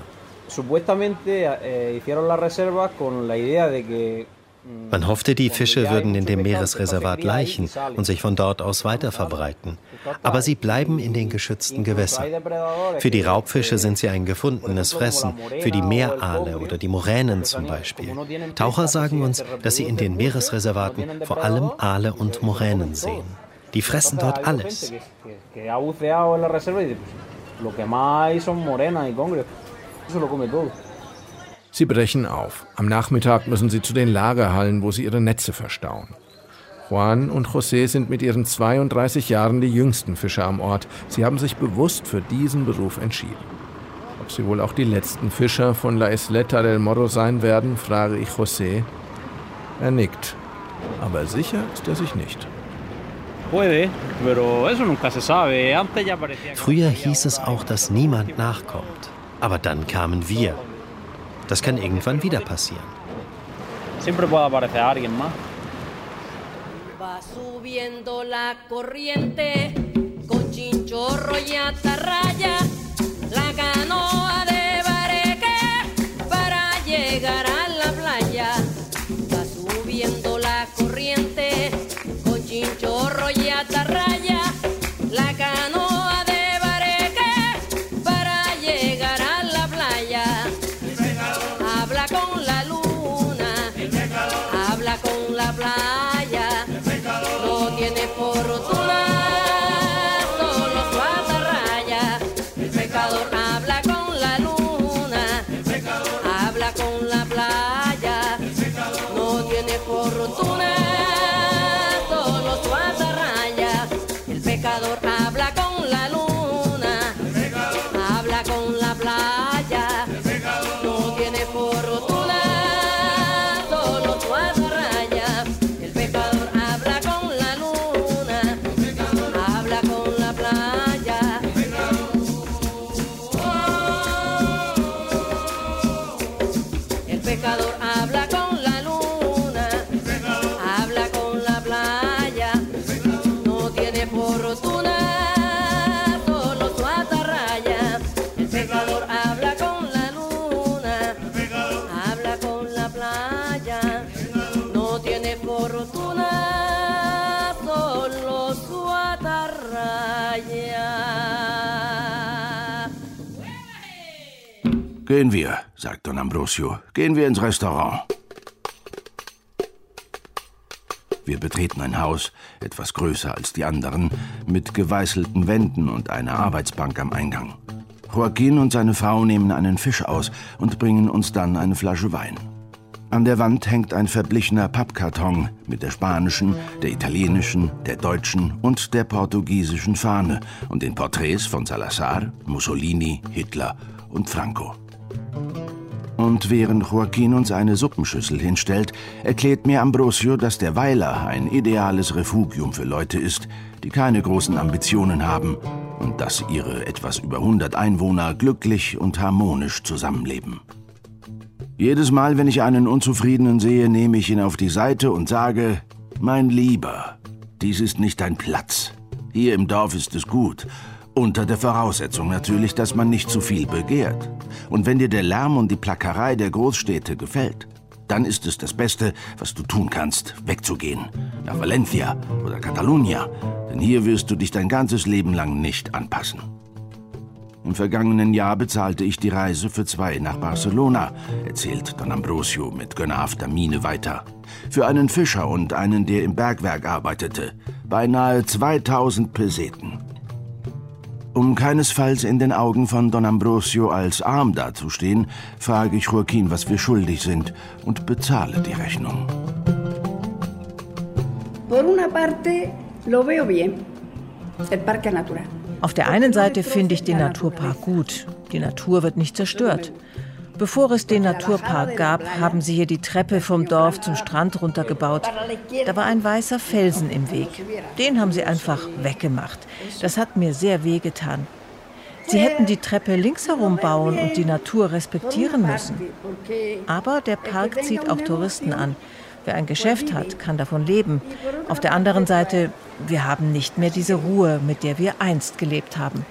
Man hoffte, die Fische würden in dem Meeresreservat laichen und sich von dort aus weiterverbreiten. Aber sie bleiben in den geschützten Gewässern. Für die Raubfische sind sie ein gefundenes Fressen, für die Meeraale oder die Moränen zum Beispiel. Taucher sagen uns, dass sie in den Meeresreservaten vor allem Aale und Moränen sehen. Die fressen dort alles. Sie brechen auf. Am Nachmittag müssen sie zu den Lagerhallen, wo sie ihre Netze verstauen. Juan und José sind mit ihren 32 Jahren die jüngsten Fischer am Ort. Sie haben sich bewusst für diesen Beruf entschieden. Ob sie wohl auch die letzten Fischer von La Isleta del Morro sein werden, frage ich José. Er nickt. Aber sicher ist er sich nicht. Früher hieß es auch, dass niemand nachkommt. Aber dann kamen wir. Das kann irgendwann wieder passieren. Va subiendo la corriente con chinchorro y atarraya, la canoa de bareque para llegar a la playa. Va subiendo la corriente con chinchorro y atarraya, la canoa de bareque para llegar a la playa. Habla con la luna, habla con la playa. No tiene fortuna, solo su atarraya. El pecador habla con la luna, habla con la playa. No tiene fortuna, solo su atarraya. El pecador habla con la luna, habla con la playa. No tiene fortuna, solo su atarraya. El pecador habla con la luna, habla con la playa. El pecador habla con la luna, habla con la playa. No tiene fortuna, solo su atarraya. El pecador habla con la luna, habla con la playa. No tiene fortuna, solo su atarraya. Gehen wir, sagt Don Ambrosio. Gehen wir ins Restaurant. Wir betreten ein Haus, etwas größer als die anderen, mit geweißelten Wänden und einer Arbeitsbank am Eingang. Joaquín und seine Frau nehmen einen Fisch aus und bringen uns dann eine Flasche Wein. An der Wand hängt ein verblichener Pappkarton mit der spanischen, der italienischen, der deutschen und der portugiesischen Fahne und den Porträts von Salazar, Mussolini, Hitler und Franco. Und während Joaquín uns eine Suppenschüssel hinstellt, erklärt mir Ambrosio, dass der Weiler ein ideales Refugium für Leute ist, die keine großen Ambitionen haben und dass ihre etwas über 100 Einwohner glücklich und harmonisch zusammenleben. Jedes Mal, wenn ich einen Unzufriedenen sehe, nehme ich ihn auf die Seite und sage: Mein Lieber, dies ist nicht dein Platz. Hier im Dorf ist es gut. Unter der Voraussetzung natürlich, dass man nicht zu viel begehrt. Und wenn dir der Lärm und die Plackerei der Großstädte gefällt, dann ist es das Beste, was du tun kannst, wegzugehen. Nach Valencia oder Catalunya. Denn hier wirst du dich dein ganzes Leben lang nicht anpassen. Im vergangenen Jahr bezahlte ich die Reise für 2 nach Barcelona, erzählt Don Ambrosio mit gönnerhafter Miene weiter. Für einen Fischer und einen, der im Bergwerk arbeitete. Beinahe 2000 Peseten. Um keinesfalls in den Augen von Don Ambrosio als arm dazustehen, frage ich Joaquín, was wir schuldig sind, und bezahle die Rechnung. Por una parte, lo veo bien, el parque natural. Auf der einen Seite finde ich den Naturpark gut. Die Natur wird nicht zerstört. Bevor es den Naturpark gab, haben sie hier die Treppe vom Dorf zum Strand runtergebaut. Da war ein weißer Felsen im Weg. Den haben sie einfach weggemacht. Das hat mir sehr wehgetan. Sie hätten die Treppe links herum bauen und die Natur respektieren müssen. Aber der Park zieht auch Touristen an. Wer ein Geschäft hat, kann davon leben. Auf der anderen Seite, wir haben nicht mehr diese Ruhe, mit der wir einst gelebt haben.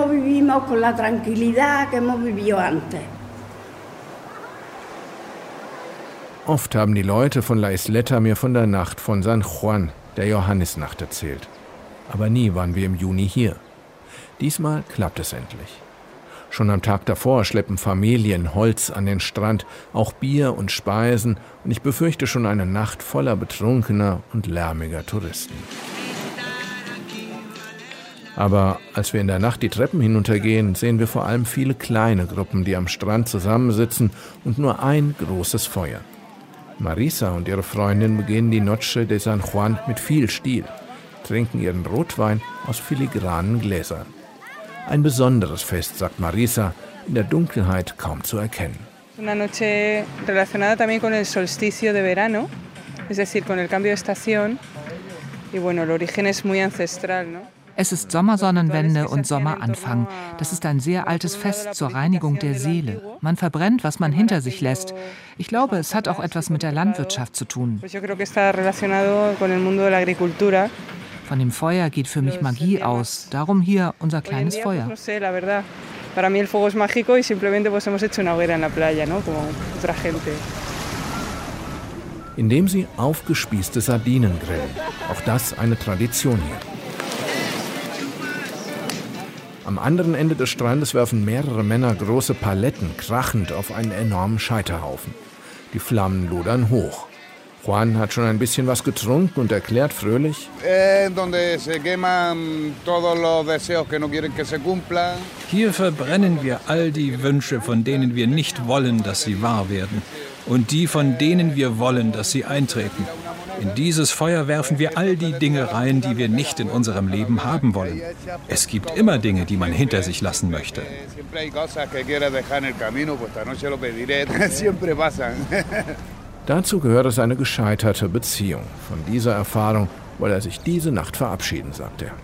Oft haben die Leute von La Isleta mir von der Nacht von San Juan, der Johannisnacht, erzählt. Aber nie waren wir im Juni hier. Diesmal klappt es endlich. Schon am Tag davor schleppen Familien Holz an den Strand, auch Bier und Speisen, und ich befürchte schon eine Nacht voller betrunkener und lärmiger Touristen. Aber als wir in der Nacht die Treppen hinuntergehen, sehen wir vor allem viele kleine Gruppen, die am Strand zusammensitzen und nur ein großes Feuer. Marisa und ihre Freundin begehen die Noche de San Juan mit viel Stil, trinken ihren Rotwein aus filigranen Gläsern. Ein besonderes Fest, sagt Marisa, in der Dunkelheit kaum zu erkennen. Una noche relacionada también con el solsticio de verano, es decir, con el cambio de estación. Y bueno, el origen es muy ancestral, ¿no? Es ist Sommersonnenwende und Sommeranfang. Das ist ein sehr altes Fest zur Reinigung der Seele. Man verbrennt, was man hinter sich lässt. Ich glaube, es hat auch etwas mit der Landwirtschaft zu tun. Von dem Feuer geht für mich Magie aus. Darum hier unser kleines Feuer. Para mí el fuego es mágico y simplemente pues hemos hecho una hoguera en la playa, ¿no? Como otra gente. Indem sie aufgespießte Sardinen grillen. Auch das eine Tradition hier. Am anderen Ende des Strandes werfen mehrere Männer große Paletten krachend auf einen enormen Scheiterhaufen. Die Flammen lodern hoch. Juan hat schon ein bisschen was getrunken und erklärt fröhlich: Hier verbrennen wir all die Wünsche, von denen wir nicht wollen, dass sie wahr werden. Und die, von denen wir wollen, dass sie eintreten. In dieses Feuer werfen wir all die Dinge rein, die wir nicht in unserem Leben haben wollen. Es gibt immer Dinge, die man hinter sich lassen möchte. Dazu gehört es eine gescheiterte Beziehung. Von dieser Erfahrung wolle er sich diese Nacht verabschieden, sagt er.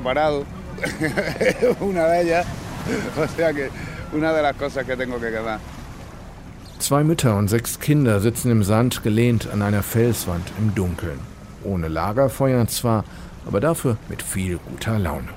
Zwei Mütter und 6 Kinder sitzen im Sand gelehnt an einer Felswand im Dunkeln. Ohne Lagerfeuer zwar, aber dafür mit viel guter Laune.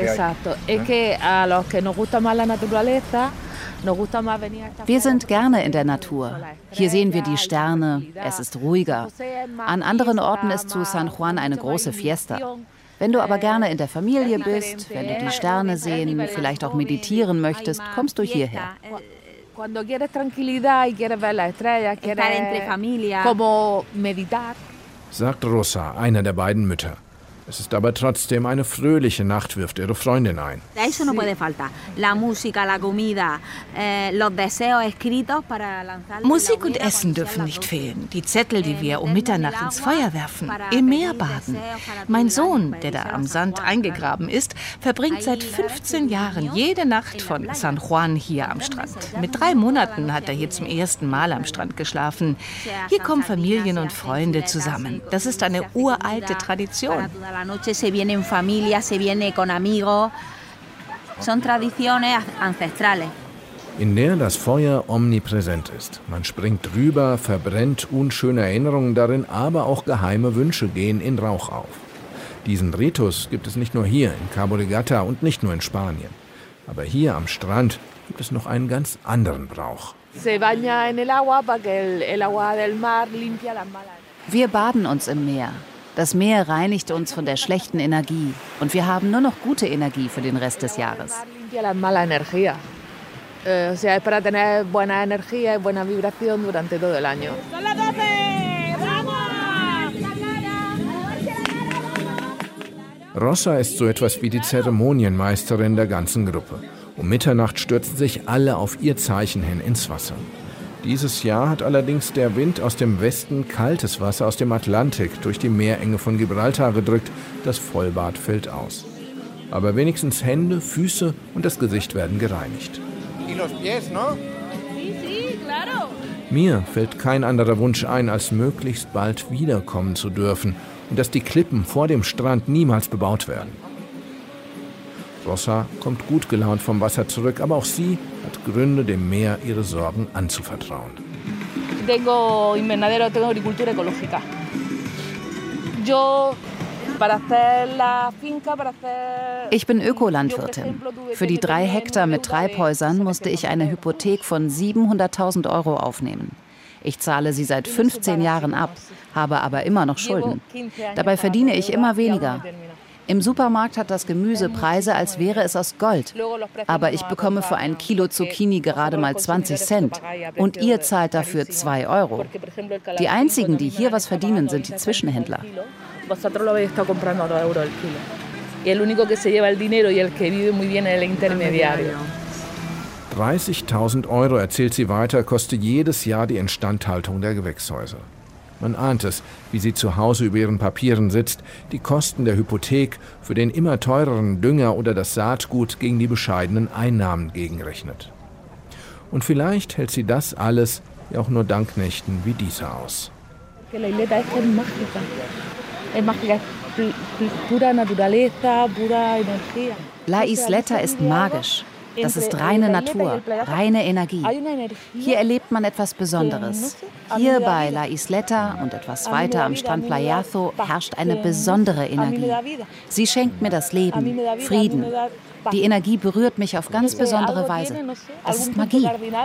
Wir sind gerne in der Natur. Hier sehen wir die Sterne, es ist ruhiger. An anderen Orten ist zu San Juan eine große Fiesta. Wenn du aber gerne in der Familie bist, wenn du die Sterne sehen, vielleicht auch meditieren möchtest, kommst du hierher. Cuando quieres tranquilidad y quieres ver las estrellas, quieres entre familia, como meditar. Sagt Rosa, einer der beiden Mütter. Es ist aber trotzdem eine fröhliche Nacht, wirft ihre Freundin ein. Eso no puede faltar. La música, la comida, los deseos escritos para lanzar. Musik und Essen dürfen nicht fehlen. Die Zettel, die wir um Mitternacht ins Feuer werfen. Im Meer baden. Mein Sohn, der da am Sand eingegraben ist, verbringt seit 15 Jahren jede Nacht von San Juan hier am Strand. Mit 3 Monaten hat er hier zum ersten Mal am Strand geschlafen. Hier kommen Familien und Freunde zusammen. Das ist eine uralte Tradition. La noche se viene en familia, se viene con amigos. Son tradiciones ancestrales. In der das Feuer omnipräsent ist. Man springt drüber, verbrennt unschöne Erinnerungen darin, aber auch geheime Wünsche gehen in Rauch auf. Diesen Ritus gibt es nicht nur hier in Cabo de Gata und nicht nur in Spanien. Aber hier am Strand gibt es noch einen ganz anderen Brauch. Wir baden uns im Meer. Das Meer reinigt uns von der schlechten Energie. Und wir haben nur noch gute Energie für den Rest des Jahres. Rosa ist so etwas wie die Zeremonienmeisterin der ganzen Gruppe. Um Mitternacht stürzen sich alle auf ihr Zeichen hin ins Wasser. Dieses Jahr hat allerdings der Wind aus dem Westen kaltes Wasser aus dem Atlantik durch die Meerenge von Gibraltar gedrückt. Das Vollbad fällt aus. Aber wenigstens Hände, Füße und das Gesicht werden gereinigt. Mir fällt kein anderer Wunsch ein, als möglichst bald wiederkommen zu dürfen und dass die Klippen vor dem Strand niemals bebaut werden. Rosa kommt gut gelaunt vom Wasser zurück, aber auch sie hat Gründe, dem Meer ihre Sorgen anzuvertrauen. Ich bin Ökolandwirtin. Für die 3 Hektar mit Treibhäusern musste ich eine Hypothek von 700.000 € aufnehmen. Ich zahle sie seit 15 Jahren ab, habe aber immer noch Schulden. Dabei verdiene ich immer weniger. Im Supermarkt hat das Gemüse Preise, als wäre es aus Gold. Aber ich bekomme für 1 Kilo Zucchini gerade mal 20 Cent. Und ihr zahlt dafür 2 €. Die einzigen, die hier was verdienen, sind die Zwischenhändler. 30.000 €, erzählt sie weiter, kostet jedes Jahr die Instandhaltung der Gewächshäuser. Man ahnt es, wie sie zu Hause über ihren Papieren sitzt, die Kosten der Hypothek für den immer teureren Dünger oder das Saatgut gegen die bescheidenen Einnahmen gegenrechnet. Und vielleicht hält sie das alles ja auch nur dank Nächten wie dieser aus. La Isleta ist magisch. Das ist reine Natur, reine Energie. Hier erlebt man etwas Besonderes. Hier bei La Isleta und etwas weiter am Strand Playazo herrscht eine besondere Energie. Sie schenkt mir das Leben, Frieden. Die Energie berührt mich auf ganz besondere Weise. Das ist Magie.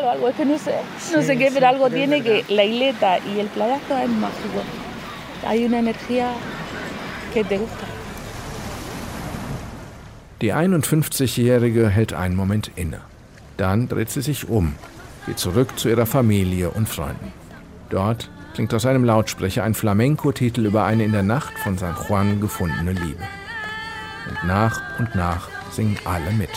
Die 51-Jährige hält einen Moment inne. Dann dreht sie sich um, geht zurück zu ihrer Familie und Freunden. Dort klingt aus einem Lautsprecher ein Flamenco-Titel über eine in der Nacht von San Juan gefundene Liebe. Und nach singen alle mit.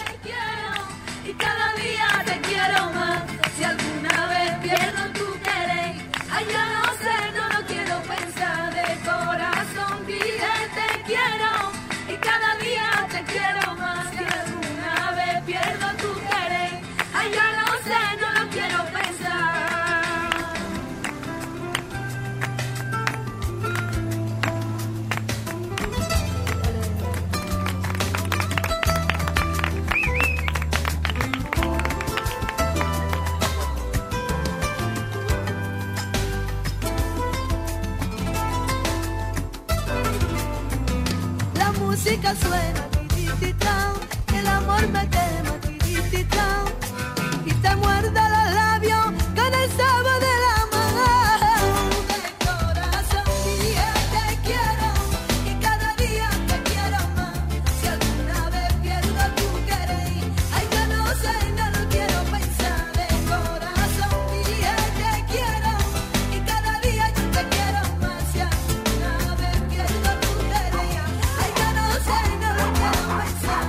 música suena tirititao, el amor me quema tirititao, y te muerde los labios con el sabor de la mano. De corazón día te quiero y cada día te quiero más. Si alguna vez pierdo tu querer, ay yo no sé, no lo quiero pensar. De corazón día te quiero y cada día yo te quiero más. Si alguna vez pierdo tu querer, ay yo no sé, no lo quiero pensar.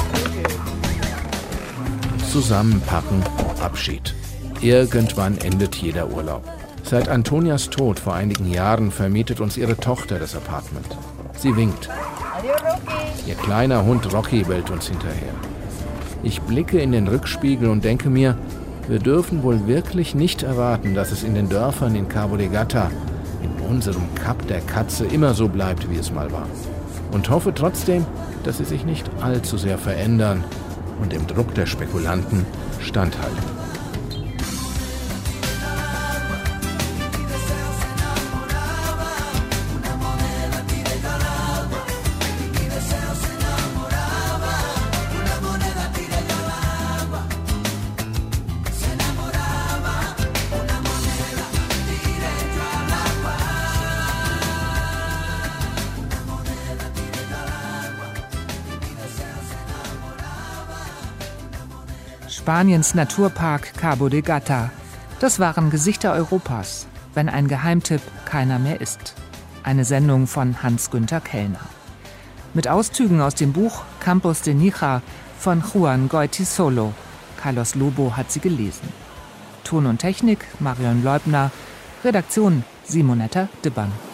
Zusammenpacken, Abschied. Irgendwann endet jeder Urlaub. Seit Antonias Tod vor einigen Jahren vermietet uns ihre Tochter das Apartment. Sie winkt. Ihr kleiner Hund Rocky bellt uns hinterher. Ich blicke in den Rückspiegel und denke mir, wir dürfen wohl wirklich nicht erwarten, dass es in den Dörfern in Cabo de Gata, in unserem Kap der Katze, immer so bleibt, wie es mal war. Und hoffe trotzdem, dass sie sich nicht allzu sehr verändern und dem Druck der Spekulanten standhalten. Spaniens Naturpark Cabo de Gata. Das waren Gesichter Europas, wenn ein Geheimtipp keiner mehr ist. Eine Sendung von Hans-Günther Kellner. Mit Auszügen aus dem Buch Campos de Nija von Juan Goytisolo. Carlos Lobo hat sie gelesen. Ton und Technik Marion Leubner. Redaktion Simonetta Dibban.